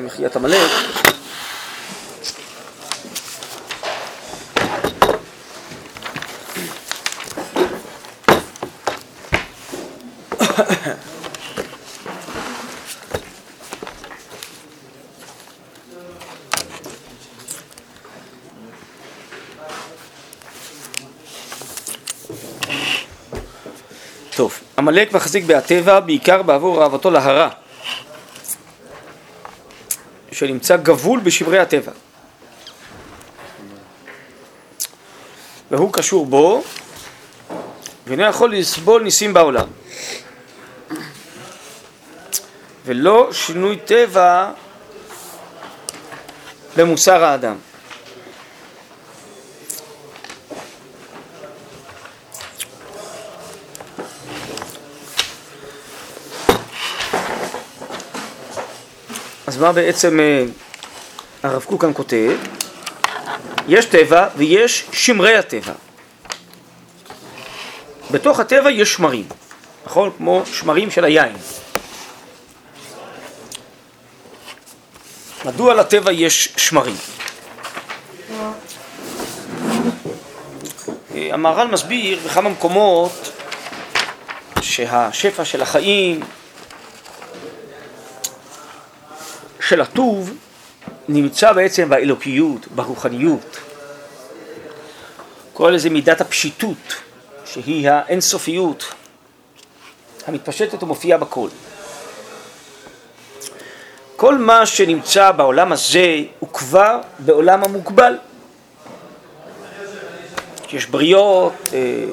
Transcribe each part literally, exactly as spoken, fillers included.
מחיית עמלק. טוב, עמלק מחזיק בהטבע בעיקר בעבור אהבתו להרע, שנמצא גבול בשברי הטבע, והוא קשור בו ואינו יכול לסבול ניסים בעולם, ולא שינוי טבע במוסר האדם. אז מה בעצם הרב קוק כאן כותב? יש טבע ויש שמרי הטבע. בתוך הטבע יש שמרים, נכון? כמו שמרים של היין. מדוע לטבע יש שמרים? המהר"ל מסביר בכמה מקומות שהשפע של החיים, של הטוב, נמצא בעצם באלוקיות, ברוחניות. קורא לזה מידת הפשיטות, שהיא האינסופיות, המתפשטת ומופיעה בכל. כל מה שנמצא בעולם הזה הוא כבר בעולם המוגבל. יש בריות אה,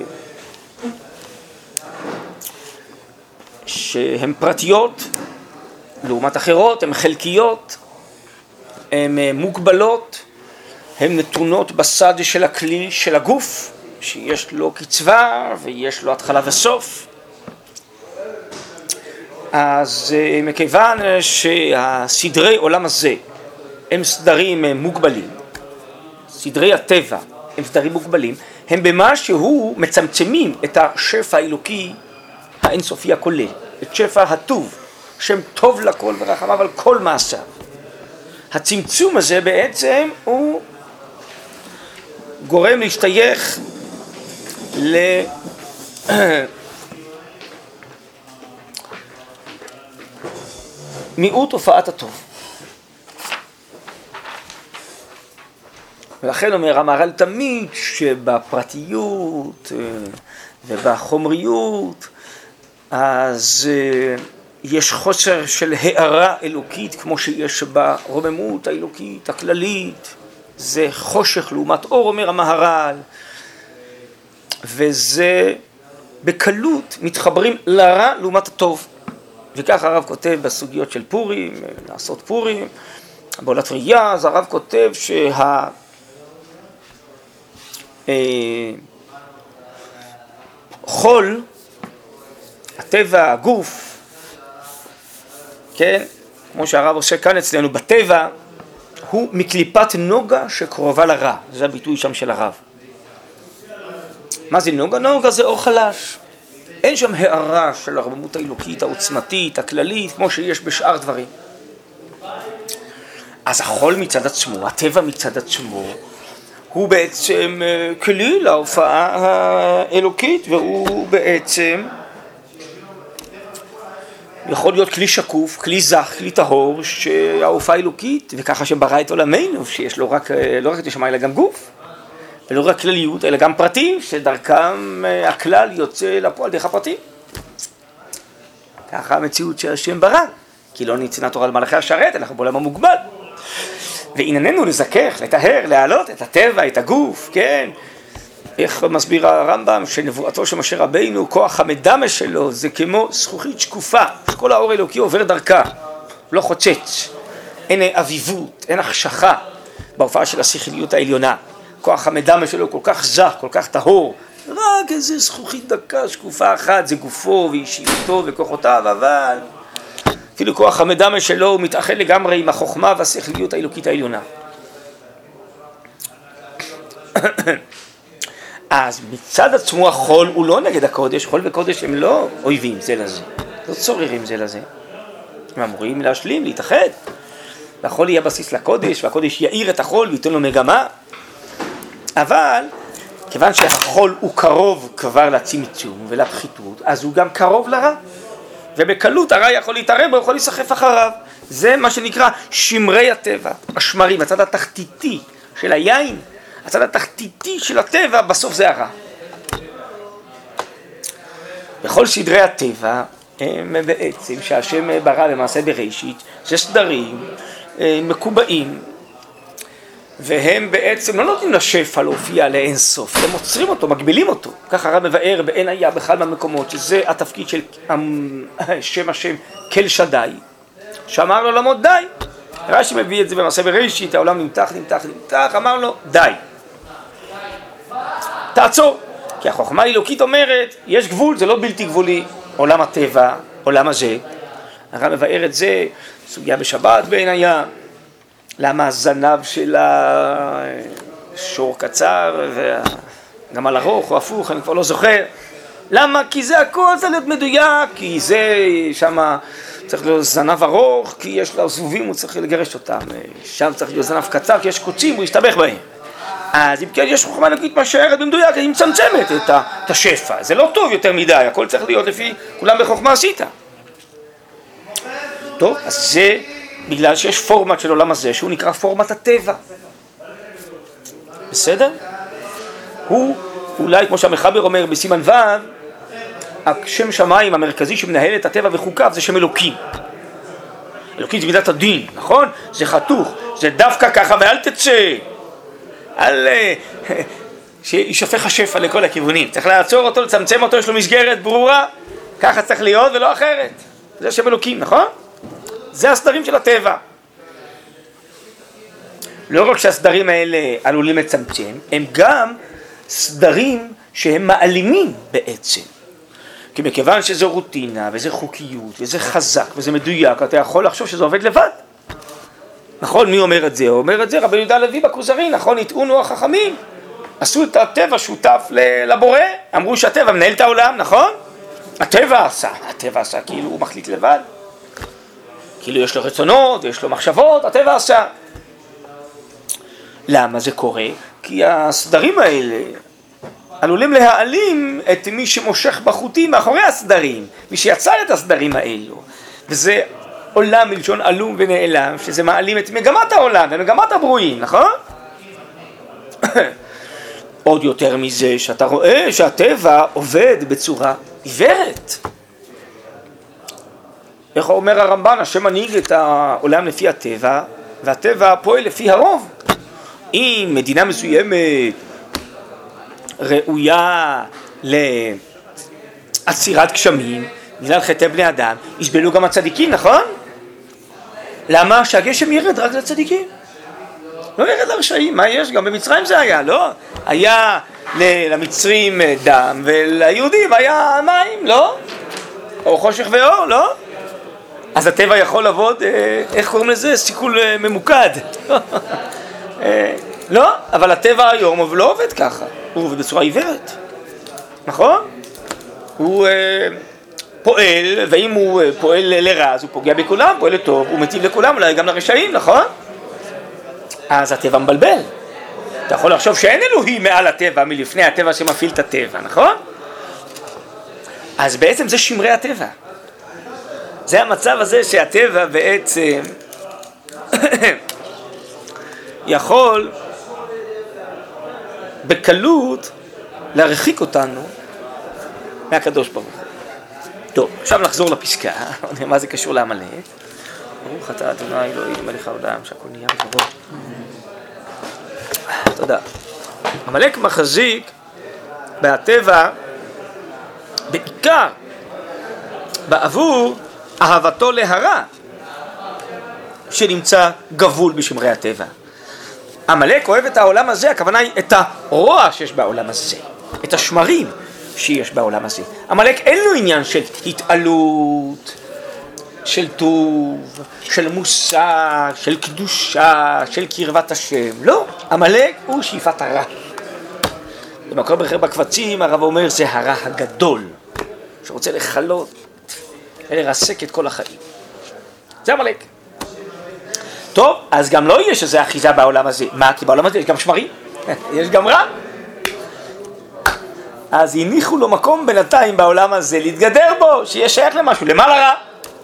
שהן פרטיות, לעומת אחרות, הן חלקיות, הן מוגבלות, הן נתונות בסד של הכלי של הגוף, שיש לו קצבה ויש לו התחלה וסוף. אז מכיוון שהסדרי עולם הזה הם סדרים מוגבלים, סדרי הטבע הם סדרים מוגבלים, הם במשהו מצמצמים את השפע האלוקי האינסופי הכולל, את שפע הטוב, שם טוב לכל ורחמיו על כל מעשיו. הצמצום הזה בעצם הוא גורם להשתייך למיעוט הופעת הטוב. ולכן אומר המהר"ל תמיד שבפרטיות ובחומריות אז יש חוסר של הערה אלוקית כמו שיש ברוממות האלוקית הכללית, זה חושך לעומת אור, אומר המהר"ל, וזה בקלות מתחברים לרע לעומת הטוב. וכך הרב כותב בסוגיות של פורים, לעשות פורים, בעולת ראייה, אז הרב כותב שה... חול, הטבע, הגוף, כן, כמו שהרב עושה כאן אצלנו בטבע, הוא מקליפת נוגה שקרובה לרע. זה הביטוי שם של הרב. מה זה נוגה? נוגה זה אור חלש. אין שם הערה של הרוממות האלוקית, העוצמתית, הכללית, כמו שיש בשאר דברים. אז החול מצד עצמו, הטבע מצד עצמו, הוא בעצם כלי להופעה האלוקית, והוא בעצם יכול להיות כלי שקוף, כלי זך, כלי טהור, שההופעה האלוקית, וככה שברא את עולמנו, שיש לו רק, לא רק את השמיים, אלא גם גוף, ולא רק כלליות, אלא גם פרטים, שדרכם הכלל יוצא לפועל דרך הפרטים. ככה המציאות שהשם ברא, כי לא ניתנה תורה למלאכי השרת, אנחנו בעולם המוגבל. וענייננו לזכך, לטהר, להעלות את הטבע, את הגוף, כן? איך מסביר הרמב"ם שנבואתו של משה רבינו, כוח המדמה שלו, זה כמו זכוכית שקופה, שכל האור האלוקי עובר דרכה, לא חוצץ, אין אביבות, אין החשכה בהופעה של השכליות העליונה. כוח המדמה שלו כל כך זך, כל כך טהור, רק איזה זכוכית דקה, שקופה אחת, זה גופו ואישיותו וכוחותיו, אבל אפילו כוח המדמה שלו הוא מתאחד לגמרי עם החוכמה והשכליות האלוקית העליונה. אז מצד עצמו החול הוא לא נגד הקודש, חול וקודש הם לא אויבים זה לזה, לא צוררים זה לזה. הם אמורים להשלים, להתאחד. והחול יהיה בסיס לקודש, והקודש יאיר את החול וייתן לו מגמה. אבל כיוון שהחול הוא קרוב כבר לצמצום ולפחיתות, אז הוא גם קרוב לרע. ובקלות הרע יכול להתערב, הוא יכול להיסחף אחריו. זה מה שנקרא שמרי הטבע, השמרים, הצד התחתיתי של היין, הצד התחתיתי של הטבע, בסוף זה הרע. בכל סדרי הטבע, הם בעצם שהשם ברא למעשה בראשית, זה סדרים מקובעים, והם בעצם לא נותנים לשפע להופיע לאין סוף, הם עוצרים אותו, מגבילים אותו. ככה הרב מבאר בעין היה באחד מהמקומות, שזה התפקיד של שם השם כל שדי, שאמר לו לעמוד די. רש"י מביא את זה במעשה בראשית, העולם נמתח, נמתח, נמתח, אמר לו די. תעצור. כי החוכמה האלוקית אומרת, יש גבול, זה לא בלתי גבולי. עולם הטבע, עולם הזה. הרב מבאר את זה, סוגיה בשבת בעין היה. למה הזנב של השור קצר, וגם על ארוך או הפוך, אני כבר לא זוכר. למה? כי זה הכל צריך להיות מדויק, כי זה שמה צריך להיות זנב ארוך, כי יש לה זבובים, הוא צריך לגרש אותם. שם צריך להיות זנב קצר, כי יש קוצים, הוא יסתבך בהם. אז אם כן, יש חוכמה אלוקית משערת במדויק, היא מצמצמת את השפע. זה לא טוב יותר מדי, הכל צריך להיות לפי כולם בחוכמה עשית. טוב, אז זה בגלל שיש פורמט של עולם הזה, שהוא נקרא פורמט הטבע. בסדר? הוא, אולי כמו שהמחבר אומר בסימן ו', השם שמיים המרכזי שמנהל את הטבע וחוקיו זה שם אלוקים. אלוקים זה מידת הדין, נכון? זה חתוך, זה דווקא ככה ואל תצא. אל שישפך השפע לכל הכיוונים. צריך לעצור אותו, לצמצם אותו, יש לו מסגרת ברורה. ככה צריך להיות ולא אחרת. זה שם אלוקים, נכון? זה הסדרים של הטבע. לא רק שהסדרים האלה עלולים לצמצם, הם גם סדרים שהם מעלימים בעצם. כי מכיוון שזו רוטינה, וזה חוקיות, וזה חזק, וזה מדויק, אתה יכול לחשוב שזה עובד לבד. נכון, מי אומר את זה? הוא אומר את זה רבי יהודה הלוי בכוזרי, נכון, הטעונו החכמים. עשו את הטבע שותף לבורא, אמרו שהטבע מנהל את העולם, נכון? הטבע עשה, הטבע עשה כאילו הוא מחליט לבד. כאילו יש לו רצונות, יש לו מחשבות, הטבע עשה. למה זה קורה? כי הסדרים האלה עלולים להעלים את מי שמושך בחוטים מאחורי הסדרים, מי שיצר את הסדרים האלו. וזה עולם מלשון עלום ונעלם, שזה מעלים את מגמת העולם ומגמת הברואים, נכון? עוד יותר מזה שאתה רואה שהטבע עובד בצורה עיוורת. איך אומר הרמב"ן, השם מנהיג את העולם לפי הטבע, והטבע פועל לפי הרוב. אם מדינה מסוימת ראויה לעצירת גשמים, בגלל חטא בני אדם, יסבלו גם הצדיקים, נכון? למה? שהגשם ירד רק לצדיקים. לא ירד לרשעים, מה יש? גם במצרים זה היה, לא? היה למצרים דם, וליהודים היה מים, לא? או חושך ואור, לא? אז הטבע יכול לעבוד, איך קוראים לזה? סיכול ממוקד. לא, אבל הטבע היום לא עובד ככה, הוא עובד בצורה עיוורת, נכון? הוא פועל, ואם הוא פועל לרע, אז הוא פוגע בכולם, פועל לטוב, הוא מטיב לכולם, אולי גם לרשעים, נכון? אז הטבע מבלבל. אתה יכול לחשוב שאין אלוהים מעל הטבע, מלפני הטבע שמפעיל את הטבע, נכון? אז בעצם זה שמרי הטבע. זה המצב הזה שהטבע בעצם יכול בקלות להרחיק אותנו מהקדוש ברוך הוא. טוב, עכשיו נחזור לפסקה, מה זה קשור לעמלק. ברוך אתה אדוני אלוהים מלך העולם שהכל נהיה בדברו. תודה. עמלק מחזיק בהטבע בעיקר בעבור אהבתו להרע שנמצא גבול בשמרי הטבע. עמלק אוהב את העולם הזה, הכוונה היא את הרוע שיש בעולם הזה, את השמרים שיש בעולם הזה. עמלק אין לו עניין של התעלות, של טוב, של מוסר, של קדושה, של קרבת השם. לא, עמלק הוא שאיפת הרע. במקום אחר בקבצים הרב אומר זה הרע הגדול, שרוצה לחלות ולרסק את כל החיים. זה עמלק. טוב, אז גם לא יש איזה אחיזה בעולם הזה. מה? כי בעולם הזה יש גם שמרים, יש גם רע. אז הניחו לו מקום בינתיים בעולם הזה להתגדר בו, שיהיה שייך למשהו, למעלה רע.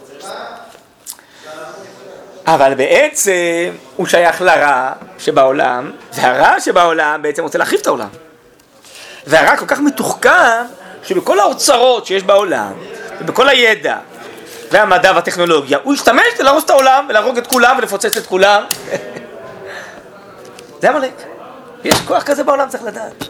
אבל בעצם הוא שייך לרע שבעולם, והרע שבעולם בעצם רוצה להחריב את העולם. והרע כל כך מתוחכם, שבכל האוצרות שיש בעולם, ובכל הידע, והמדע והטכנולוגיה, הוא ישתמש להרוס את העולם, ולהרוג את כולם, ולפוצץ את כולם. זה עמלק. יש כוח כזה בעולם, צריך לדעת.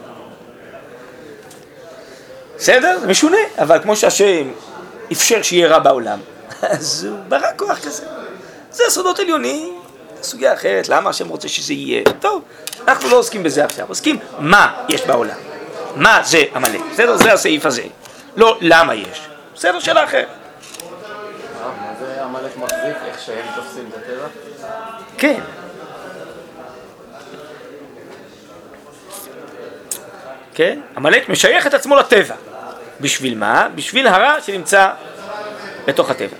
בסדר? זה משונה, אבל כמו שהשם אפשר שיהיה רע בעולם, אז הוא ברא כוח כזה. זה סודות עליונים, סוגיה אחרת, למה השם רוצה שזה יהיה? טוב, אנחנו לא עוסקים בזה עכשיו, עוסקים מה יש בעולם. מה זה עמלק? בסדר? זה הסעיף הזה. לא למה יש. בסדר? שאלה אחרת. מה זה עמלק מחזיק? איך שהם תופסים את הטבע? כן. כן? עמלק משייך את עצמו לטבע. בשביל מה? בשביל הרע שנמצא בתוך הטבע.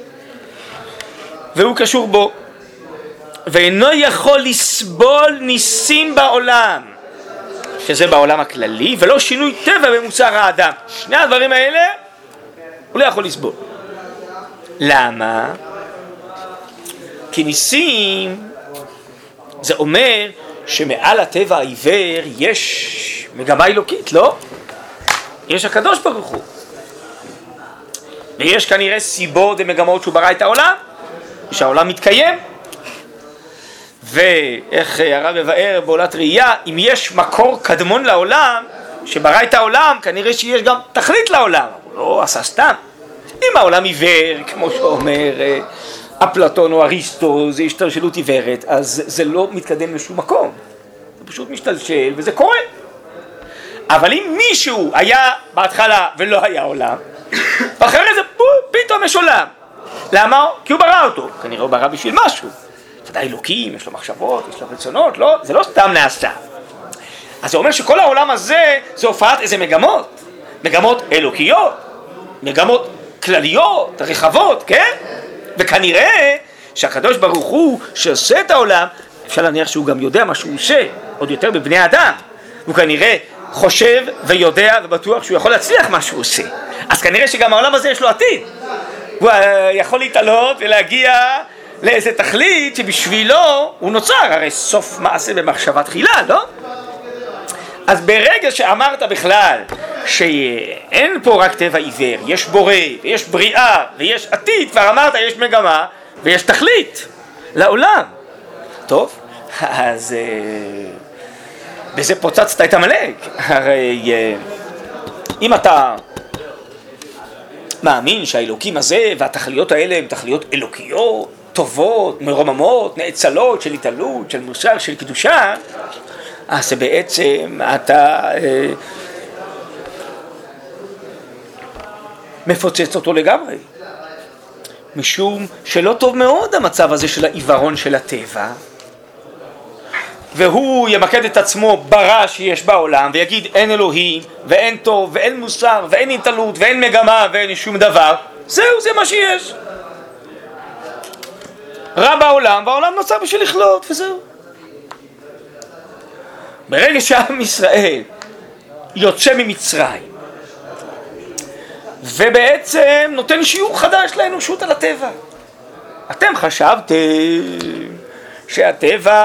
והוא קשור בו. ואינו יכול לסבול ניסים בעולם, שזה בעולם הכללי, ולא שינוי טבע במוסר האדם. שני הדברים האלה הוא לא יכול לסבול. למה? כי ניסים זה אומר שמעל הטבע העיוור יש מגמה אלוקית, לא? יש הקדוש ברוך הוא. ויש כנראה סיבות ומגמות שהוא ברא את העולם, שהעולם מתקיים. ואיך הרב מבאר בעולת ראייה, אם יש מקור קדמון לעולם, שברא את העולם, כנראה שיש גם תכלית לעולם. הוא לא עשה סתם. אם העולם עיוור, כמו שאומר אפלטון או אריסטו, זה השתלשלות עיוורת, אז זה לא מתקדם לשום מקום. זה פשוט משתלשל וזה קורה. אבל אם מישהו היה בהתחלה ולא היה עולם, ואחרי זה פתאום יש עולם. למה? כי הוא ברא אותו. כנראה הוא ברא בשביל משהו. ודאי אלוקים, יש לו מחשבות, יש לו רצונות, לא, זה לא סתם נעשה. אז זה אומר שכל העולם הזה זה הופעת איזה מגמות. מגמות אלוקיות, מגמות כלליות, רחבות, כן? וכנראה שהקדוש ברוך הוא שעושה את העולם, אפשר להניח שהוא גם יודע מה שהוא עושה, עוד יותר בבני האדם. הוא כנראה חושב ויודע ובטוח שהוא יכול להצליח מה שהוא עושה. אז כנראה שגם העולם הזה יש לו עתיד. הוא יכול להתעלות ולהגיע לאיזה תכלית שבשבילו הוא נוצר, הרי סוף מעשה במחשבה תחילה, לא? אז ברגע שאמרת בכלל שאין פה רק טבע עיוור, יש בורא ויש בריאה ויש עתיד, כבר אמרת יש מגמה ויש תכלית לעולם. טוב, אז בזה פוצצת את עמלק. הרי אם אתה מאמין שהאלוקים הזה והתכליות האלה הם תכליות אלוקיות, טובות, מרוממות, נאצלות, של התעלות, של מוסר, של קדושה, אז בעצם אתה אה, מפוצץ אותו לגמרי. משום שלא טוב מאוד המצב הזה של העיוורון של הטבע, והוא ימקד את עצמו ברע שיש בעולם ויגיד אין אלוהים ואין טוב ואין מוסר ואין התעלות ואין מגמה ואין שום דבר. זהו, זה מה שיש. רע בעולם, והעולם נוצר בשביל לחלות, וזהו. ברגע שעם ישראל יוצא ממצרים, ובעצם נותן שיעור חדש לאנושות על הטבע. אתם חשבתם שהטבע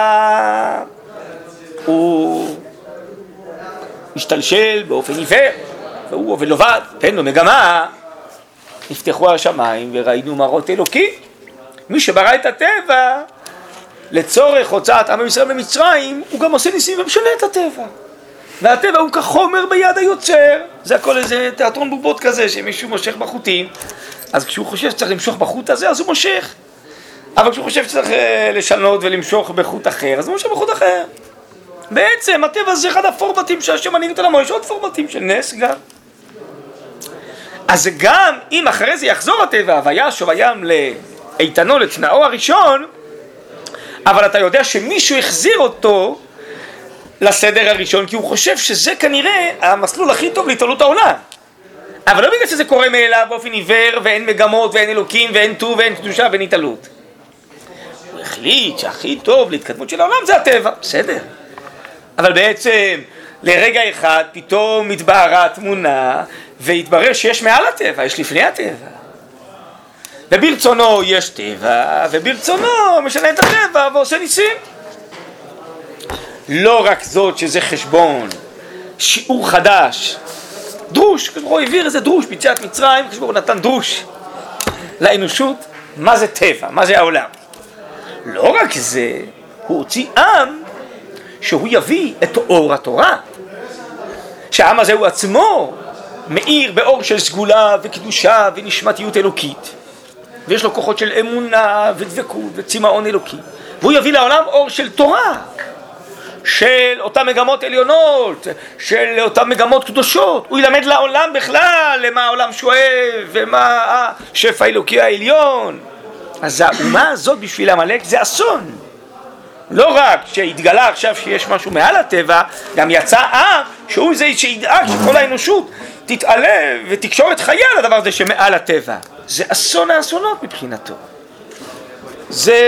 הוא משתלשל באופן עיוור, והוא עובד לבד, תן לו מגמה. נפתחו השמיים וראינו מראות אלוקים. מי שברא את הטבע לצורך הוצאת עם ישראל ממצרים, הוא גם עושה ניסים ומשנה את הטבע. והטבע הוא כחומר ביד היוצר. זה הכל איזה תיאטרון בובות כזה שמישהו מושך בחוטים. אז כשהוא חושב שצריך למשוך בחוט הזה, אז הוא מושך. אבל כשהוא חושב שצריך לשנות ולמשוך בחוט אחר, אז הוא מושך בחוט אחר. בעצם הטבע זה אחד הפורמטים שהשם מנהיג את עולמו, יש עוד פורמטים של נס גם. אז גם אם אחרי זה יחזור הטבע וישוב הים לאיתנו, לתנאו הראשון, אבל אתה יודע שמישהו החזיר אותו לסדר הראשון, כי הוא חושב שזה כנראה המסלול הכי טוב להתעלות העולם. אבל לא בגלל שזה קורה מאליו באופן עיוור, ואין מגמות, ואין אלוקים, ואין טוב, ואין קדושה, ואין התעלות. הוא החליט שהכי טוב להתקדמות של העולם זה הטבע, בסדר. אבל בעצם לרגע אחד פתאום מתבהרה התמונה והתברר שיש מעל הטבע, יש לפני הטבע. וברצונו יש טבע, וברצונו משנה את הטבע ועושה ניסים. לא רק זאת שזה חשבון, שיעור חדש, דרוש, כשברוך העביר איזה דרוש ביציאת מצרים, כשברוך נתן דרוש לאנושות, מה זה טבע, מה זה העולם. לא רק זה, הוא הוציא עם שהוא יביא את אור התורה, שהעם הזה הוא עצמו מאיר באור של סגולה וקדושה ונשמתיות אלוקית, ויש לו כוחות של אמונה ודבקות וצמאון אלוקי, והוא יביא לעולם אור של תורה, של אותם מגמות עליונות, של אותם מגמות קדושות. הוא ילמד לעולם בכלל למה העולם שואב ומה השפע האלוקי העליון. אז האומה הזאת בשביל עמלק זה אסון. לא רק שהתגלה עכשיו שיש משהו מעל הטבע, גם יצא עם שהוא זה שידאג שכל האנושות תתעלה ותקשור את חייה לדבר הזה שמעל הטבע. זה אסון האסונות מבחינתו. זה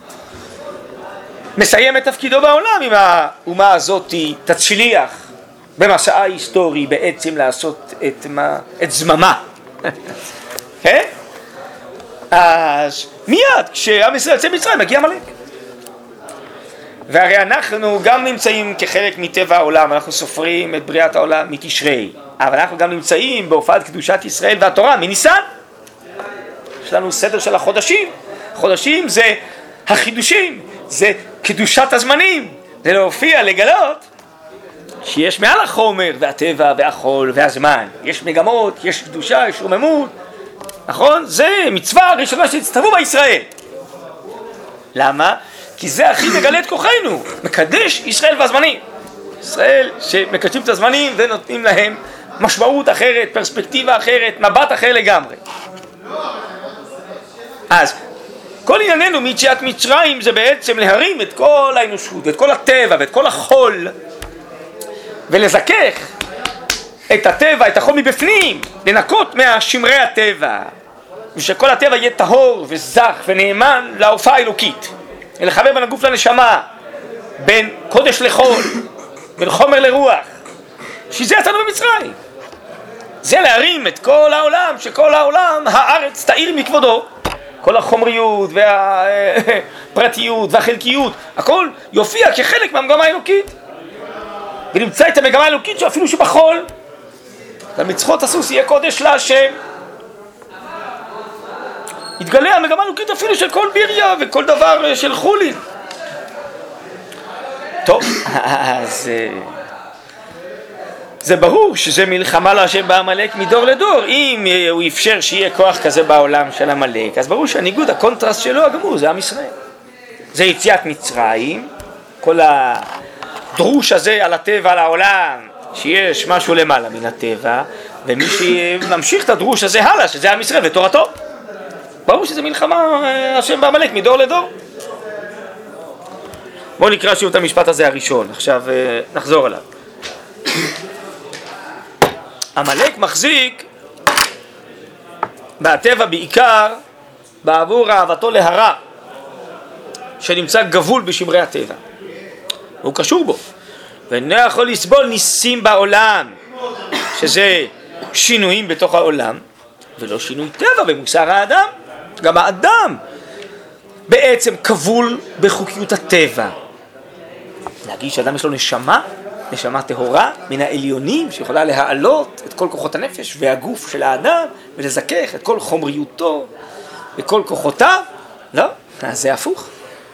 מסיים את תפקידו בעולם אם האומה הזאת תצליח במסעה היסטורי בעצם לעשות את, מה, את זממה. כן? אז מיד כשעם ישראל יצא מצרים מגיע עמלק. והרי אנחנו גם נמצאים כחלק מטבע העולם, אנחנו סופרים את בריאת העולם מתשרי, אבל אנחנו גם נמצאים בהופעת קדושת ישראל והתורה מניסן. יש לנו סדר של החודשים. חודשים זה החידושים, זה קדושת הזמנים, זה להופיע, לגלות שיש מעל החומר והטבע והחול והזמן, יש מגמות, יש קדושה, יש רוממות, נכון? זה מצווה הראשונה שהצטרפו בישראל. למה? כי זה הכי מגלה את כוחנו, מקדש ישראל והזמנים. ישראל שמקדשים את הזמנים ונותנים להם משמעות אחרת, פרספקטיבה אחרת, מבט אחר לגמרי. אז כל ענייננו מיציאת מצרים זה בעצם להרים את כל האנושות, ואת כל הטבע ואת כל החול, ולזכך את הטבע, את החול מבפנים, לנקות מהשמרי הטבע, ושכל הטבע יהיה טהור וזך ונאמן להופעה האלוקית, ולחבר בין הגוף לנשמה, בין קודש לחול, בין חומר לרוח, שזה יצאנו במצרים. זה להרים את כל העולם, שכל העולם, הארץ תאיר מכבודו. כל החומריות והפרטיות והחלקיות, הכל יופיע כחלק מהמגמה האלוקית. ונמצא את המגמה האלוקית שאפילו שבחול, למצחות הסוס יהיה קודש להשם. יתגלה המגמה האלוקית אפילו של כל ביריה וכל דבר של חולין. טוב, אז זה ברור שזה מלחמה להשם בעמלק מדור לדור. אם הוא אפשר שיהיה כוח כזה בעולם של עמלק, אז ברור שהניגוד, הקונטרסט שלו הגמור, זה עם ישראל. זה יציאת מצרים, כל הדרוש הזה על הטבע, על העולם, שיש משהו למעלה מן הטבע, ומי שממשיך את הדרוש הזה הלאה, שזה עם ישראל ותורתו. ברור שזה מלחמה השם בעמלק מדור לדור. בואו נקרא שוב את המשפט הזה הראשון, עכשיו נחזור עליו. עמלק מחזיק בטבע בעיקר בעבור אהבתו להרע, שנמצא גבול בשמרי הטבע. הוא קשור בו, ואינו יכול לסבול ניסים בעולם, שזה שינויים בתוך העולם, ולא שינוי טבע במוסר האדם. גם האדם בעצם כבול בחוקיות הטבע. להגיד שאדם יש לו נשמה, נשמה טהורה מן העליונים שיכולה להעלות את כל כוחות הנפש והגוף של האדם ולזכך את כל חומריותו וכל כוחותיו. לא, אז זה הפוך.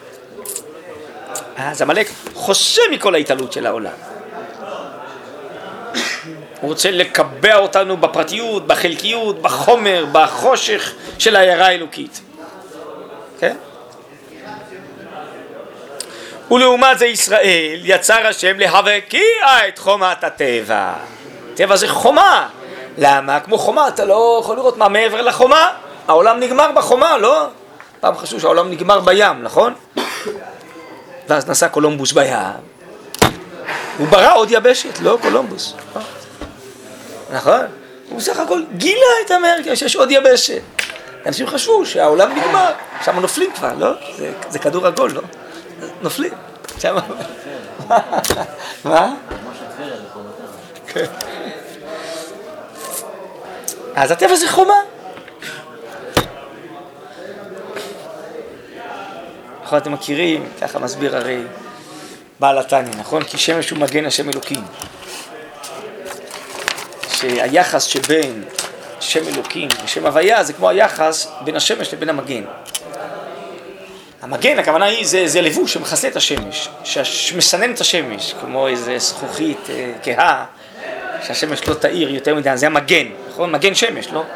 אז עמלק חוסם מכל ההתעלות של העולם. הוא רוצה לקבע אותנו בפרטיות, בחלקיות, בחומר, בחושך של העיירה האלוקית. כן? ולעומת זה ישראל יצר השם להבקיע את חומת הטבע. טבע זה חומה. למה? כמו חומה, אתה לא יכול לראות מה מעבר לחומה. העולם נגמר בחומה, לא? פעם חשוב שהעולם נגמר בים, נכון? ואז נסע קולומבוס בים. הוא ברא עוד יבשת, לא קולומבוס. נכון? הוא בסך הכל גילה את אמריקה שיש עוד יבשת. אנשים חשבו שהעולם נגמר, שם נופלים כבר, לא? זה, זה כדור עגול, לא? נופלים. שם... מה? כן. אז הטבע זה חומה. נכון, אתם מכירים, ככה מסביר הרי בעל התניא, נכון? כי שמש הוא מגן השם אלוקים. שהיחס שבין שם אלוקים ושם הוויה זה כמו היחס בין השמש לבין המגן. המגן, הכוונה היא, זה, זה לבוש שמחסה את השמש, שמסנן את השמש, כמו איזה זכוכית אה, כהה, שהשמש לא תאיר יותר מדי, זה המגן, נכון? מגן שמש, לא?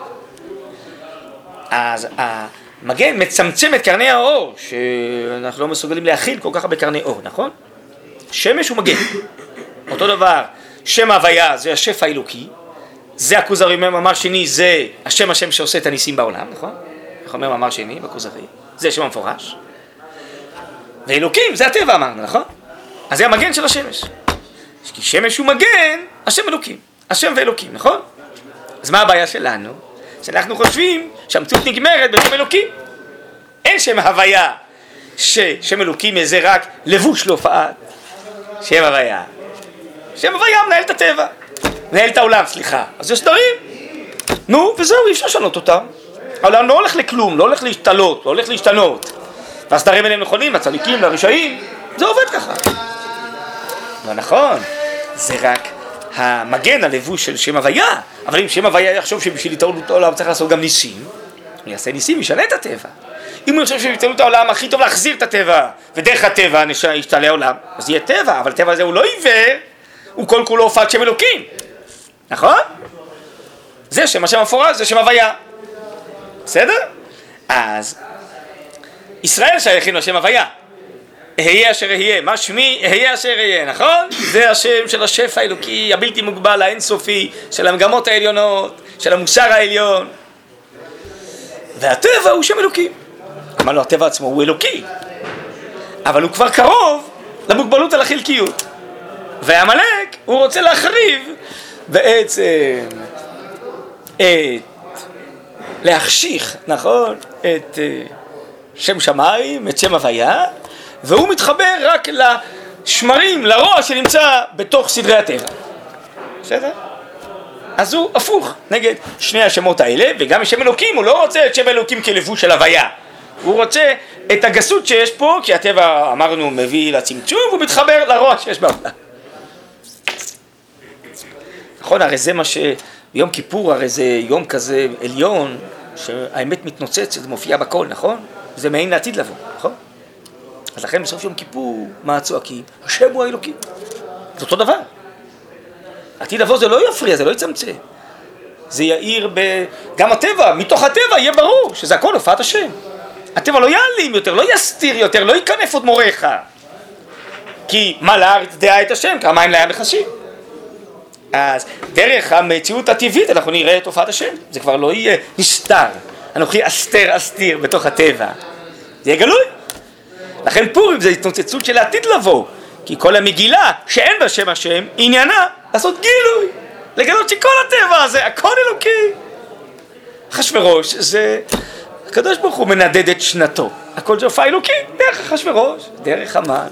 אז המגן מצמצם את קרני האור, שאנחנו לא מסוגלים להכיל כל כך הרבה קרני אור, נכון? שמש הוא מגן. אותו דבר, שם ההוויה זה השפע האלוקי, זה הכוזרי, מאמר שני, זה השם השם שעושה את הניסים בעולם, נכון? איך אומר מאמר שני בכוזרי? זה שם המפורש. ואלוקים זה הטבע אמרנו, נכון? אז זה המגן של השמש. כי שמש הוא מגן, השם אלוקים. השם ואלוקים, נכון? אז מה הבעיה שלנו? שאנחנו חושבים שהמציאות נגמרת בשם אלוקים. אין שם הוויה ששם אלוקים זה רק לבוש להופעת שם הוויה. שם הוויה מנהל את הטבע, מנהל את העולם, סליחה. אז יש דברים. נו, וזהו, אי אפשר לשנות אותם. העולם לא הולך לכלום, לא הולך להשתלות, לא הולך להשתנות. והסדרים האלה נכונים, הצדיקים, לרשעים, זה עובד ככה. לא נכון, זה רק המגן הלבוש של שם הוויה. אבל אם שם הוויה יחשוב שבשביל התעלות העולם צריך לעשות גם ניסים, הוא יעשה ניסים, ישנה את הטבע. אם הוא יחשוב שבתעלות העולם הכי טוב להחזיר את הטבע, ודרך הטבע ישתלה העולם, אז יהיה טבע, אבל הטבע הזה הוא לא עיוור, הוא כל כולו הופעת שם אלוקים. נכון? זה שם השם המפורש, זה שם הוויה. בסדר? אז ישראל שייכים לשם הוויה. אהיה אשר אהיה, מה שמי? אהיה אשר אהיה, נכון? זה השם של השפע האלוקי, הבלתי מוגבל, האינסופי, של המגמות העליונות, של המוסר העליון. והטבע הוא שם אלוקי. אמר לו, הטבע עצמו הוא אלוקי. אבל הוא כבר קרוב למוגבלות על החלקיות. והמלאק, הוא רוצה להחריב בעצם את... להחשיך, נכון? את שם שמיים, את שם הוויה, והוא מתחבר רק לשמרים, לרוע שנמצא בתוך סדרי הטבע. בסדר? אז הוא הפוך נגד שני השמות האלה, וגם שם אלוקים, הוא לא רוצה את שם אלוקים כלבוש של הוויה. הוא רוצה את הגסות שיש פה, כי הטבע, אמרנו, מביא לצמצום, והוא מתחבר לרוע שיש בעולם. נכון, הרי זה מה ש... ביום כיפור הרי זה יום כזה עליון, שהאמת מתנוצצת, זה מופיע בכל, נכון? זה מעין לעתיד לבוא, נכון? אז לכן בסוף יום כיפור, מה הצועקים? השם הוא האלוקים. זה אותו דבר. עתיד לבוא זה לא יפריע, זה לא יצמצם. זה יאיר ב... גם הטבע, מתוך הטבע יהיה ברור שזה הכל הופעת השם. הטבע לא יעלים יותר, לא יסתיר יותר, לא ייכנף עוד מורך. כי מה לארץ דעה את השם, כמה מים לים מחשים. אז דרך המציאות הטבעית אנחנו נראה את הופעת השם. זה כבר לא יהיה נסתר. אנוכי אסתר אסתיר בתוך הטבע. זה יהיה גלוי. לכן פורים זה התנוצצות של העתיד לבוא. כי כל המגילה שאין בה שם השם, עניינה לעשות גילוי. לגלות שכל הטבע הזה, הכל אלוקי. אחשוורוש זה... הקדוש ברוך הוא מנדד את שנתו. הכל זה הופעה אלוקי, דרך אחשוורוש, דרך המן.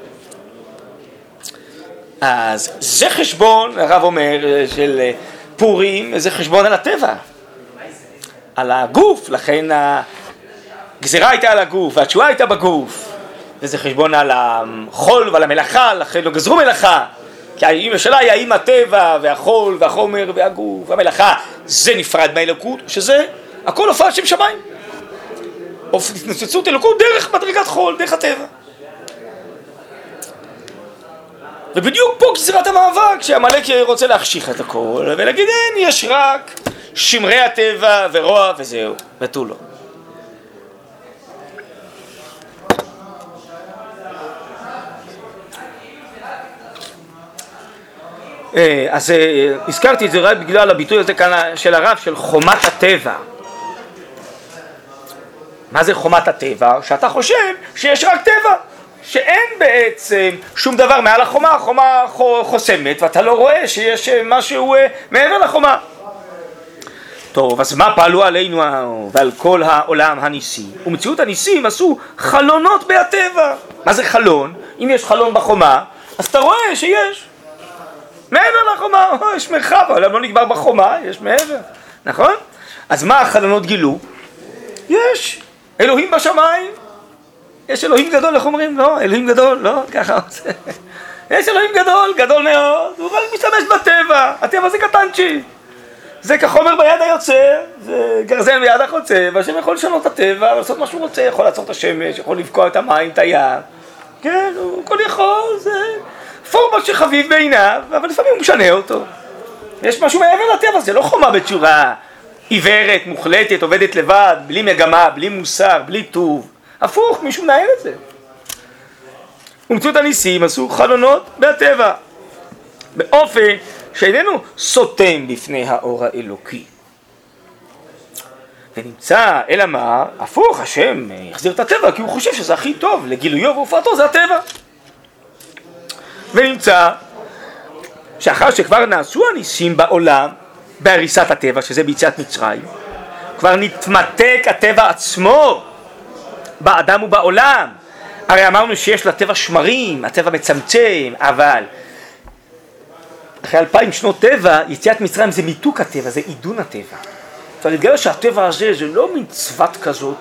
אז זה חשבון, הרב אומר, של פורים, זה חשבון על הטבע. על הגוף, לכן הגזירה הייתה על הגוף, והתשועה הייתה בגוף. וזה חשבון על החול ועל המלאכה, לכן לא גזרו מלאכה. כי האמא שלה היא האמא הטבע, והחול, והחומר, והגוף, והמלאכה. זה נפרד מהאלוקות, שזה הכל הופעת שם שמיים. התנוצצות אלוקות דרך מדרגת חול, דרך הטבע. ובדיוק פה גזירת המאבק, שהמלאק רוצה להחשיך את הכל, ולהגיד, אין, יש רק שמרי הטבע ורוע וזהו, ותו לא. אז הזכרתי את זה רק בגלל הביטוי הזה כאן של הרב, של חומת הטבע. מה זה חומת הטבע? שאתה חושב שיש רק טבע, שאין בעצם שום דבר מעל החומה, החומה חוסמת, ואתה לא רואה שיש משהו מעבר לחומה. טוב, אז מה פעלו עלינו ועל כל העולם הניסים? ומציאות הניסים עשו חלונות בהטבע. מה זה חלון? אם יש חלון בחומה, אז אתה רואה שיש. מעבר לחומה, או, יש מרחב, העולם לא נגמר בחומה, יש מעבר, נכון? אז מה החלונות גילו? יש אלוהים בשמיים. יש אלוהים גדול, איך אומרים? לא, אלוהים גדול, לא, ככה. יש אלוהים גדול, גדול מאוד, הוא רק משתמש בטבע, הטבע זה קטנצ'י. זה כחומר ביד היוצר, זה גרזן ביד החוצה, והשם יכול לשנות את הטבע, לעשות מה שהוא רוצה, יכול לעצור את השמש, יכול לבקוע את המים, את הים. כן, הוא כל יכול, זה פורמה שחביב בעיניו, אבל לפעמים הוא משנה אותו. יש משהו מעבר לטבע, זה לא חומה בצורה עיוורת, מוחלטת, עובדת לבד, בלי מגמה, בלי מוסר, בלי טוב. הפוך, מישהו מנהל את זה. ומציאות הניסים עשו חלונות בהטבע, באופן שאיננו סותם בפני האור האלוקי. ונמצא, אלא מה, הפוך, השם יחזיר את הטבע, כי הוא חושב שזה הכי טוב, לגילויו והופעתו זה הטבע. ונמצא, שאחר שכבר נעשו הניסים בעולם, בהריסת הטבע, שזה ביציאת מצרים, כבר נתמתק הטבע עצמו, באדם ובעולם. הרי אמרנו שיש לטבע שמרים, הטבע מצמצם, אבל אחרי אלפיים שנות טבע, יציאת מצרים זה מיתוק הטבע, זה עידון הטבע. כבר התגלה שהטבע הזה זה לא מצוות כזאת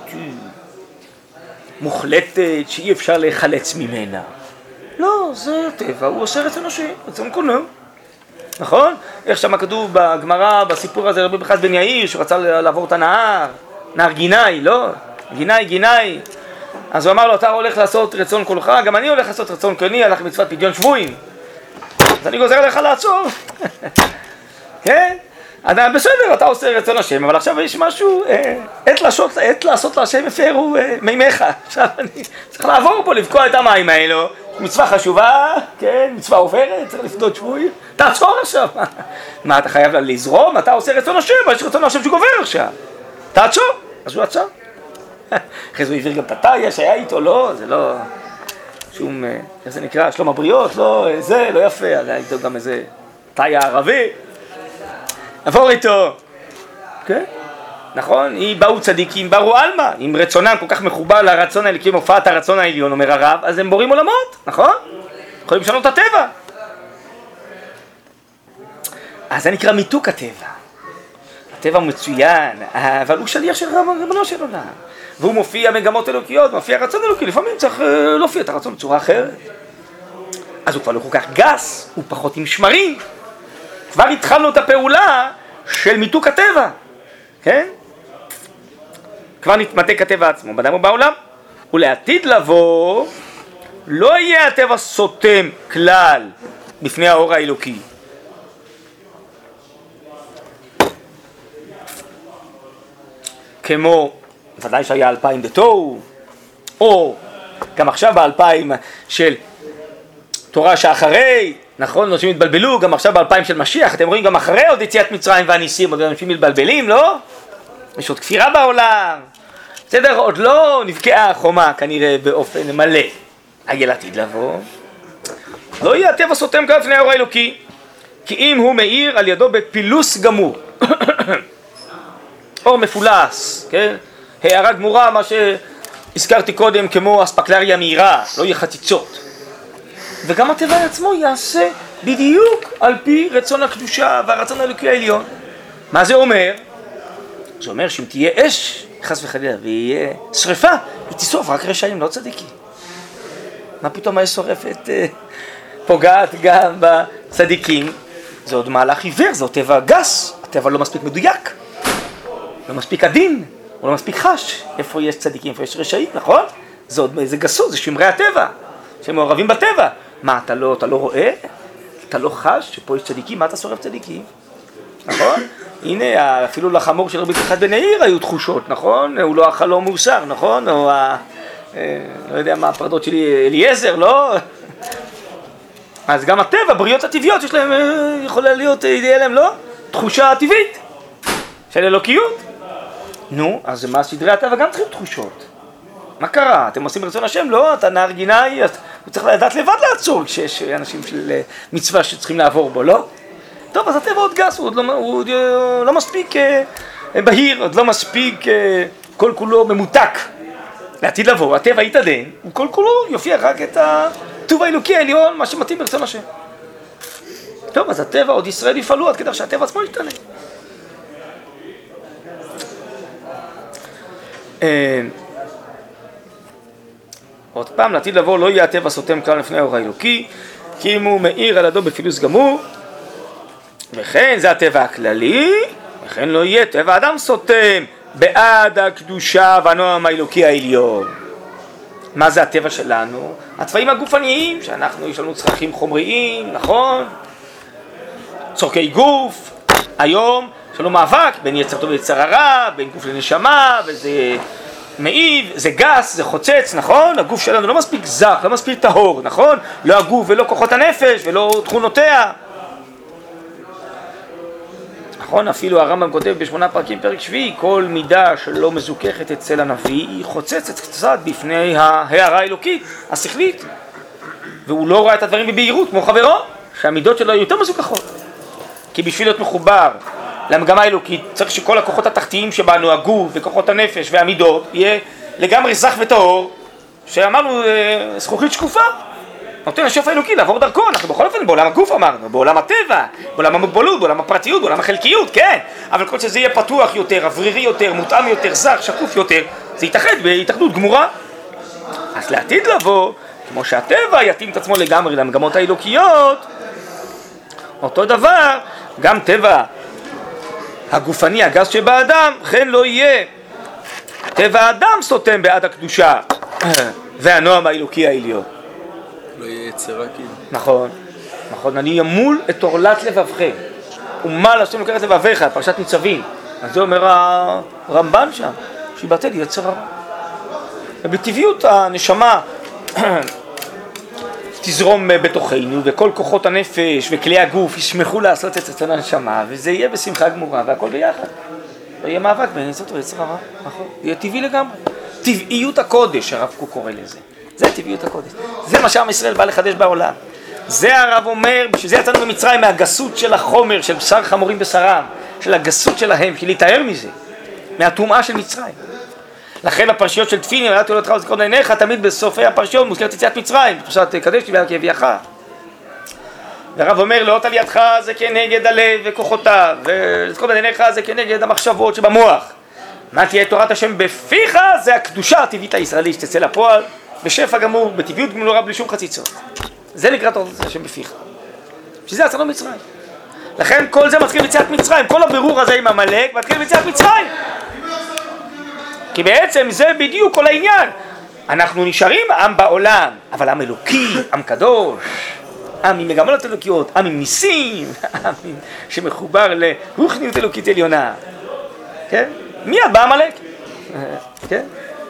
מוחלטת שאי אפשר להיחלץ ממנה. לא, זה הטבע, הוא עושה רצון השם, רצון קונו. נכון? איך שמה כתוב בגמרא, בסיפור הזה, רבי בחס בן יאיר, שרצה לעבור את הנהר, נהר גיני, לא? גיני, גיני. אז הוא אמר לו, אתה הולך לעשות רצון קולך, גם אני הולך לעשות רצון קוני, הלך מצוות פדיון שבויים. אז אני גוזר לך לעצור. כן? אדם בסדר, אתה עושה רצון השם, אבל עכשיו יש משהו, עת לעשות, עת לעשות להשם הפרו מימיך. עכשיו אני צריך לעבור פה, לבקוע את המים האלו. מצווה חשובה, כן, מצווה עוברת, צריך לפדות שבויים. תעצור עכשיו. מה, אתה חייב לזרום? אתה עושה רצון השם, אבל יש רצון השם שגובר עכשיו. תעצור. אז הוא עצר. אחרי זה הוא העביר גם את הטיה שהיה איתו, לא, זה לא שום, איך זה נקרא, שלום הבריות, לא, זה, לא יפה, אז היה איתו גם איזה טיה ערבי. עבור איתו, כן? נכון? היא באו צדיקים, באו אלמה, עם רצונם כל כך מחובר לרצון האלוקי, מופעת הרצון העליון, אומר הרב, אז הם בורים עולמות, נכון? יכולים לשנות את הטבע. אז זה נקרא מיתוק הטבע. הטבע הוא מצוין, אבל הוא שליח של רבנו של עולם. והוא מופיע מגמות אלוקיות, מופיע רצון אלוקי, לפעמים צריך להופיע את הרצון בצורה אחרת. אז הוא כבר לא כל כך גס, הוא פחות עם שמרים. כבר התחלנו את הפעולה של מיתוק הטבע, כן? כבר נתמתק הטבע עצמו, באדם ובעולם. ולעתיד לבוא, לא יהיה הטבע סותם כלל בפני האור האלוקי. כמו, ודאי שהיה אלפיים בתוהו, או גם עכשיו באלפיים של תורה שאחרי, נכון, אנשים התבלבלו, גם עכשיו באלפיים של משיח, אתם רואים גם אחרי עוד יציאת מצרים והניסים, עוד אנשים מתבלבלים, לא? יש עוד כפירה בעולם, בסדר, עוד לא נבקעה החומה כנראה באופן מלא. הגל עתיד לבוא, לא יהיה הטבע סותם כאן לפני האור האלוקי, כי אם הוא מאיר על ידו בפילוס גמור, אור מפולס, כן? הערה גמורה, מה שהזכרתי קודם, כמו אספקלריה מהירה, לא יהיה חציצות. וגם הטבע עצמו יעשה בדיוק על פי רצון הקדושה והרצון האלוקי העליון. מה זה אומר? זה אומר שאם תהיה אש, חס וחלילה, ויהיה שריפה, היא תשרוף רק רשעים, לא צדיקים. מה פתאום האש שורפת, פוגעת גם בצדיקים? זה עוד מהלך עיוור, זה עוד טבע גס, הטבע לא מספיק מדויק, לא מספיק עדין, הוא לא מספיק חש. איפה יש צדיקים, איפה יש רשעים, נכון? זה עוד איזה גסות, זה שמרי הטבע, שמעורבים בטבע. מה, אתה לא, אתה לא רואה? אתה לא חש שפה יש צדיקים? מה אתה שורף צדיקים? נכון? הנה, אפילו לחמור של רבי יצחק בן יאיר היו תחושות, נכון? הוא לא אכל לא מאוסר, נכון? או ה... לא יודע מה, הפרדות שלי, אליעזר, לא? אז גם הטבע, בריאות הטבעיות, יש להם, יכולה להיות, יהיה להם, לא? תחושה טבעית של אלוקיות. נו, אז מה סדרי הטבע גם צריכים תחושות. מה קרה? אתם עושים רצון השם? לא, אתה נער גיני, הוא צריך לדעת לבד לעצור כשיש אנשים של מצווה שצריכים לעבור בו, לא? טוב, אז הטבע עוד גס, הוא, עוד לא, הוא עוד לא מספיק בהיר, עוד לא מספיק כל כולו ממותק. לעתיד לבוא, הטבע יתעדן, וכל כולו יופיע רק את הטוב האלוקי העליון, מה שמתאים ברצון השם. טוב, אז הטבע, עוד ישראל יפעלו עד כדי שהטבע עצמו ישתנה. עוד פעם, לעתיד לבוא לא יהיה הטבע סותם כלל לפני האור האלוקי, כי אם הוא מאיר על ידו בפילוס גמור, וכן זה הטבע הכללי, וכן לא יהיה טבע אדם סותם בעד הקדושה והנועם האלוקי העליון. מה זה הטבע שלנו? הצבעים הגופניים, שאנחנו יש לנו צרכים חומריים, נכון? צורכי גוף. היום יש לנו מאבק בין יצר טוב ויצר הרע, בין גוף לנשמה, וזה מעיב, זה גס, זה חוצץ, נכון? הגוף שלנו לא מספיק זך, לא מספיק טהור, נכון? לא הגוף ולא כוחות הנפש ולא תכונותיה. נכון, אפילו הרמב"ם כותב בשמונה פרקים פרק שביעי, כל מידה שלא מזוככת אצל הנביא היא חוצצת קצת בפני ההערה האלוקית, השכלית, והוא לא רואה את הדברים בבהירות כמו חברו, שהמידות שלו היו יותר מזוכחות. כי בשביל להיות מחובר למגמה האלוקית צריך שכל הכוחות התחתיים שבנו, הגוף וכוחות הנפש והמידות, יהיה לגמרי זך וטהור, שאמרנו זכוכית שקופה, נותן לשוף האלוקי לעבור דרכו. אנחנו בכל אופן בעולם הגוף אמרנו, בעולם הטבע, בעולם המוגבלות, בעולם הפרטיות, בעולם החלקיות, כן, אבל כל שזה יהיה פתוח יותר, אוורירי יותר, מותאם יותר, זך, שקוף יותר, זה יתאחד בהתאחדות גמורה. אז לעתיד לבוא, כמו שהטבע יתאים את עצמו לגמרי למגמות האלוקיות, אותו דבר, גם טבע הגופני, הגס שבאדם, כן לא יהיה טבע האדם סותם בעד הקדושה והנועם האלוקי העליון. לא יהיה יצרה כאילו. נכון, נכון, אני ימול את עורלת לבבכם ומל השם לוקח את לבביך, פרשת ניצבים. אז זה אומר הרמב"ן שם, שיבטל יצר הרע. ובטבעיות הנשמה תזרום בתוכנו, וכל כוחות הנפש וכלי הגוף ישמחו לעשות את רצון הנשמה, וזה יהיה בשמחה גמורה, והכל ביחד. לא יהיה מאבק בין יצר ויצר הרע, נכון? יהיה טבעי לגמרי. טבעיות הקודש, הרב קוק קורא לזה. זה טבעיות הקודש. זה מה שעם ישראל בא לחדש בעולם. זה הרב אומר, בשביל זה יצאנו במצרים מהגסות של החומר, של בשר חמורים בשרם, של הגסות שלהם, של להתאר מזה, מהטומאה של מצרים. לכן הפרשיות של תפילין, ראיתי לא תחל וזכרון לעיניך, תמיד בסופי הפרשיות מוזכרת יציאת מצרים, פרשת קדש לי כי אביאך. והרב אומר, לאות עלייתך זה כנגד הלב וכוחותיו, ולזכרון לעיניך זה כנגד המחשבות שבמוח. מה תהיה תורת השם בפיך? זה הקדושה הטבעית הישראלית שתצא לפועל, בשפע גמור, בטבעיות גמורה בלי שום חציצות. זה נקרא תורת השם בפיך. שזה יצאנו מצרים. לכן כל זה מתחיל ביציאת מצרים, כל הבירור הזה עם עמלק מתחיל ביציאת מצרים. כי בעצם זה בדיוק כל העניין. אנחנו נשארים עם בעולם, אבל עם אלוקי, עם קדוש, עם עם מגמות אלוקיות, עם עם ניסים, עם שמחובר לרוחניות אלוקית עליונה. כן? מיד בא עמלק. כן?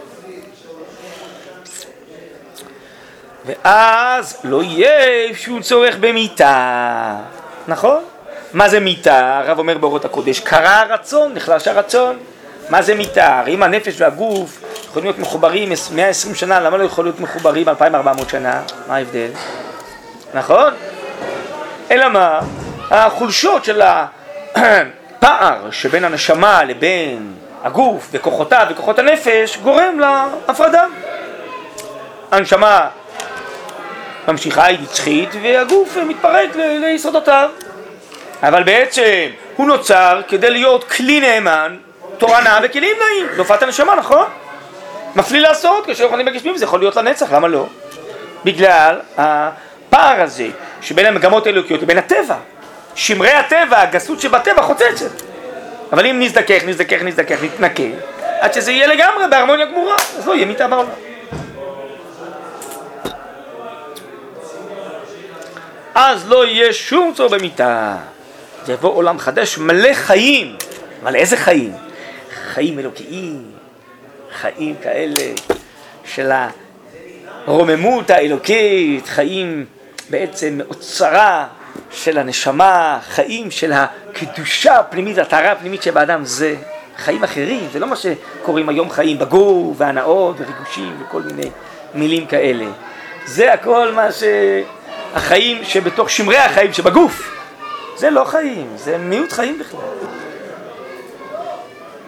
ואז לא יהיה שום צורך במיטה. נכון? מה זה מיטה? הרב אומר באורות הקודש, קרא הרצון, נחלש הרצון. מה זה מיטה? אם הנפש והגוף יכולים להיות מחוברים מאה ועשרים שנה, למה לא יכולים להיות מחוברים אלפיים וארבע מאות שנה? מה ההבדל? נכון? אלא מה? החולשות של הפער שבין הנשמה לבין הגוף וכוחותיו וכוחות הנפש גורם להפרדה. הנשמה ממשיכה, היא נצחית, והגוף מתפרק ליסודותיו. אבל בעצם הוא נוצר כדי להיות כלי נאמן, תורנה וכלים נעים, להופעת הנשמה, נכון? מפליא לעשות, כאשר אנחנו בגשמים זה יכול להיות לנצח, למה לא? בגלל הפער הזה שבין המגמות האלוקיות לבין הטבע. שמרי הטבע, הגסות שבטבע חוצצת. אבל אם נזדכך, נזדכך, נזדכך, נתנקה, עד שזה יהיה לגמרי בהרמוניה גמורה, אז לא יהיה מיטה בעולם. אז לא יהיה שום צורך במיטה. זה יבוא עולם חדש מלא חיים. אבל איזה חיים? חיים אלוקיים, חיים כאלה של הרוממות האלוקית, חיים בעצם מאוצרה של הנשמה, חיים של הקדושה הפנימית, הטהרה הפנימית שבאדם, זה חיים אחרים, זה לא מה שקוראים היום חיים בגוף והנאות וריגושים וכל מיני מילים כאלה. זה הכל מה שהחיים שבתוך שמרי החיים שבגוף, זה לא חיים, זה מיעוט חיים בכלל.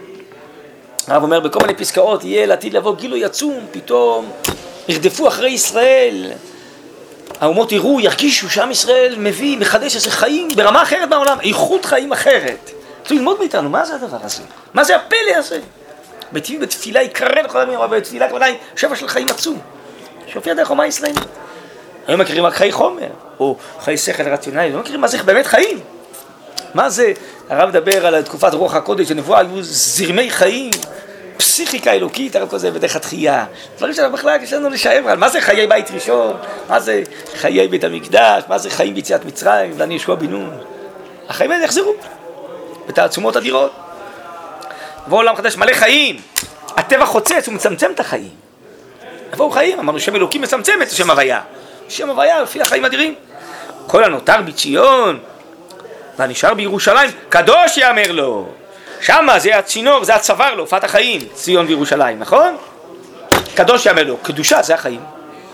הרב אומר בכל מיני פסקאות, יהיה לעתיד לבוא גילוי עצום, פתאום ירדפו אחרי ישראל, האומות יראו, ירגישו שעם ישראל מביא, מחדש איזה חיים ברמה אחרת מהעולם, איכות חיים אחרת. צריך ללמוד מאיתנו, מה זה הדבר הזה? מה זה הפלא הזה? בתפילה יקרא לכל הימים, אבל בתפילה כבר עדיין שפע של חיים עצום, שהופיע דרך אומה ישראלית. היום מכירים רק חיי חומר, או חיי שכל רציונלי, לא מכירים מה זה באמת חיים. מה זה? הרב מדבר על תקופת רוח הקודש, הנבואה היו זרמי חיים, פסיכיקה אלוקית, הרב כזה בדרך התחייה. דברים שאנחנו בכלל יש לנו לשער על מה זה חיי בית ראשון, מה זה חיי בית המקדש, מה זה חיים ביציאת מצרים, ואני ישוע בן נון. החיים האלה יחזרו, בתעצומות אדירות. ועולם חדש מלא חיים, הטבע חוצץ, הוא מצמצם את החיים. עבור חיים, אמרנו שם אלוקים מצמצם את השם הוויה. שם הוויה, לפי החיים אדירים. כל הנותר בציון, והנשאר בירושלים, קדוש יאמר לו. שמה זה הצינור, זה הצוואר לו, הופעת החיים, ציון וירושלים, נכון? קדוש יאמר לו, קדושה זה החיים.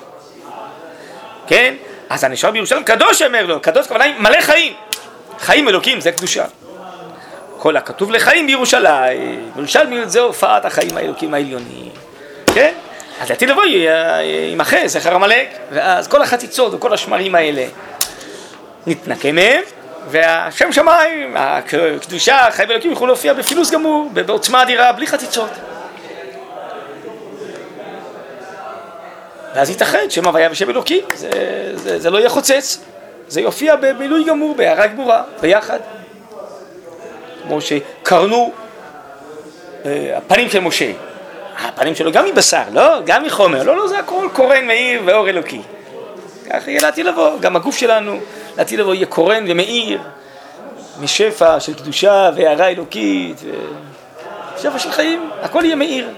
כן? אז הנשאר בירושלים, קדוש יאמר לו, קדוש כוונה מלא חיים. חיים אלוקים, זה קדושה. כל הכתוב לחיים בירושלים, ירושלמיות זה הופעת החיים האלוקים העליונים. כן? אז לעתיד לבוא יימחה זכר עמלק, ואז כל החציצות וכל השמרים האלה נתנקה מהם, והשם שמיים, הקדושה, חיים אלוקים יוכלו להופיע בפילוס גמור, בעוצמה אדירה, בלי חציצות. ואז יתאחד שם הוויה ושם אלוקים, זה, זה, זה לא יהיה חוצץ, זה יופיע במילוי גמור, בהערה גמורה, ביחד. כמו שקרנו אה, הפנים של משה. הפנים שלו גם מבשר, לא? גם מחומר. לא, לא, זה הכל קורן, מאיר ואור אלוקי. כך יהיה לעתיד לבוא. גם הגוף שלנו, לעתיד לבוא יהיה קורן ומאיר, משפע של קדושה והערה אלוקית, ושפע של חיים. הכל יהיה מאיר.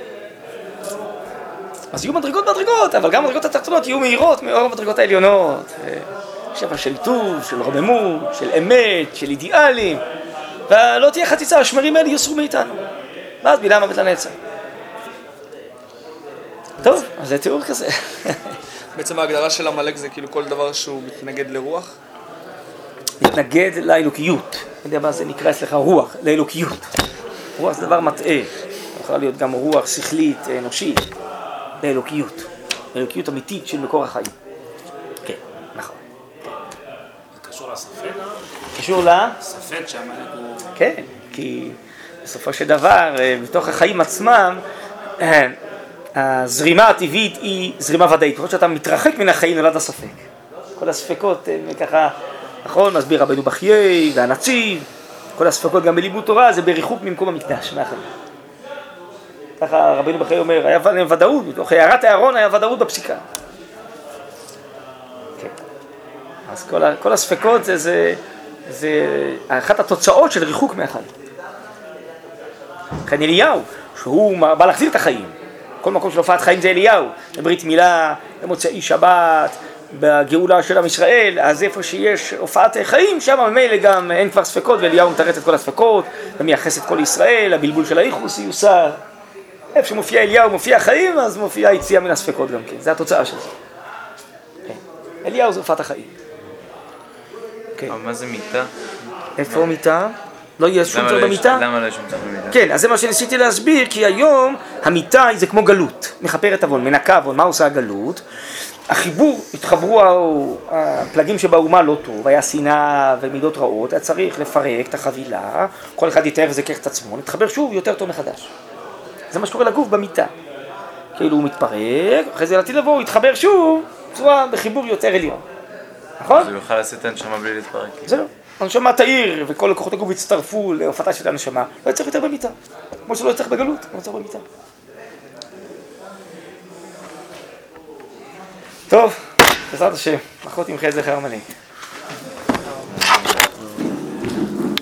אז יהיו מדרגות מדרגות, אבל גם מדרגות התחתונות יהיו מאירות מאור המדרגות העליונות. שפע של טוב, של רוממות, של אמת, של אידיאלים. ולא תהיה חציצה, השמרים האלה יוסרו מאיתנו. ואז בילה מוות לנצח. טוב, אז זה תיאור כזה. בעצם ההגדרה של עמלק זה כאילו כל דבר שהוא מתנגד לרוח? מתנגד לאלוקיות. אני יודע מה זה נקרא אצלך רוח, לאלוקיות. רוח זה דבר מטעה. יכול להיות גם רוח שכלית, אנושית. לאלוקיות. אלוקיות אמיתית של מקור החיים. כן, נכון. זה קשור לספק? קשור ל... ספק שעמלק הוא... כן, כי בסופו של דבר, בתוך החיים עצמם, הזרימה הטבעית היא זרימה ודאית. ככל שאתה מתרחק מן החיים נולד הספק. כל הספקות ככה, נכון, מסביר רבנו בחיי והנציב, כל הספקות גם בלימוד תורה זה בריחוק ממקום המקדש, מהחיים. ככה רבנו בחיי אומר, היה ודאות, בתוך הערת הארון היה ודאות בפסיקה. כן. אז כל, כל הספקות זה, זה, זה אחת התוצאות של ריחוק מהחיים. לכן אליהו, שהוא בא להחזיר את החיים. כל מקום של הופעת חיים זה אליהו, בברית מילה, במוצאי שבת, בגאולה של עם ישראל, אז איפה שיש הופעת חיים, שם ממילא גם אין כבר ספקות, ואליהו מתרץ את כל הספקות, ומייחס את כל ישראל, הבלבול של האיחוס יוסר. איפה שמופיע אליהו מופיע חיים, אז מופיע יציאה מן הספקות גם כן, זה התוצאה של זה. כן. אליהו זה הופעת החיים. כן. אבל מה זה מיטה? איפה מיטה? לא יהיה שום צורך במיטה? למה לא יש שום צורך במיטה? כן, אז זה מה שניסיתי להסביר, כי היום המיטה זה כמו גלות, מחפרת עוון, מנקה עוון, מה עושה הגלות? החיבור, התחברו הפלגים שבאומה לא טוב, היה שנאה ומידות רעות, היה צריך לפרק את החבילה, כל אחד יתאר וזכך את עצמו, נתחבר שוב יותר טוב מחדש. זה מה שקורה לגוף במיטה. כאילו הוא מתפרק, אחרי זה לעתיד לבוא, הוא יתחבר שוב, בצורה בחיבור יותר עליון. נכון? אז הוא יוכל לעשות את הנשמה בלי להתפרק. זה לא. הנשמה תאיר, וכל לקוחות הגוף יצטרפו להופעתה של הנשמה. לא יצטרך יותר במיטה. כמו שלא יצטרך בגלות, לא יצטרך במיטה. טוב, בעזרת השם, אחות עם חי זכר עמלק.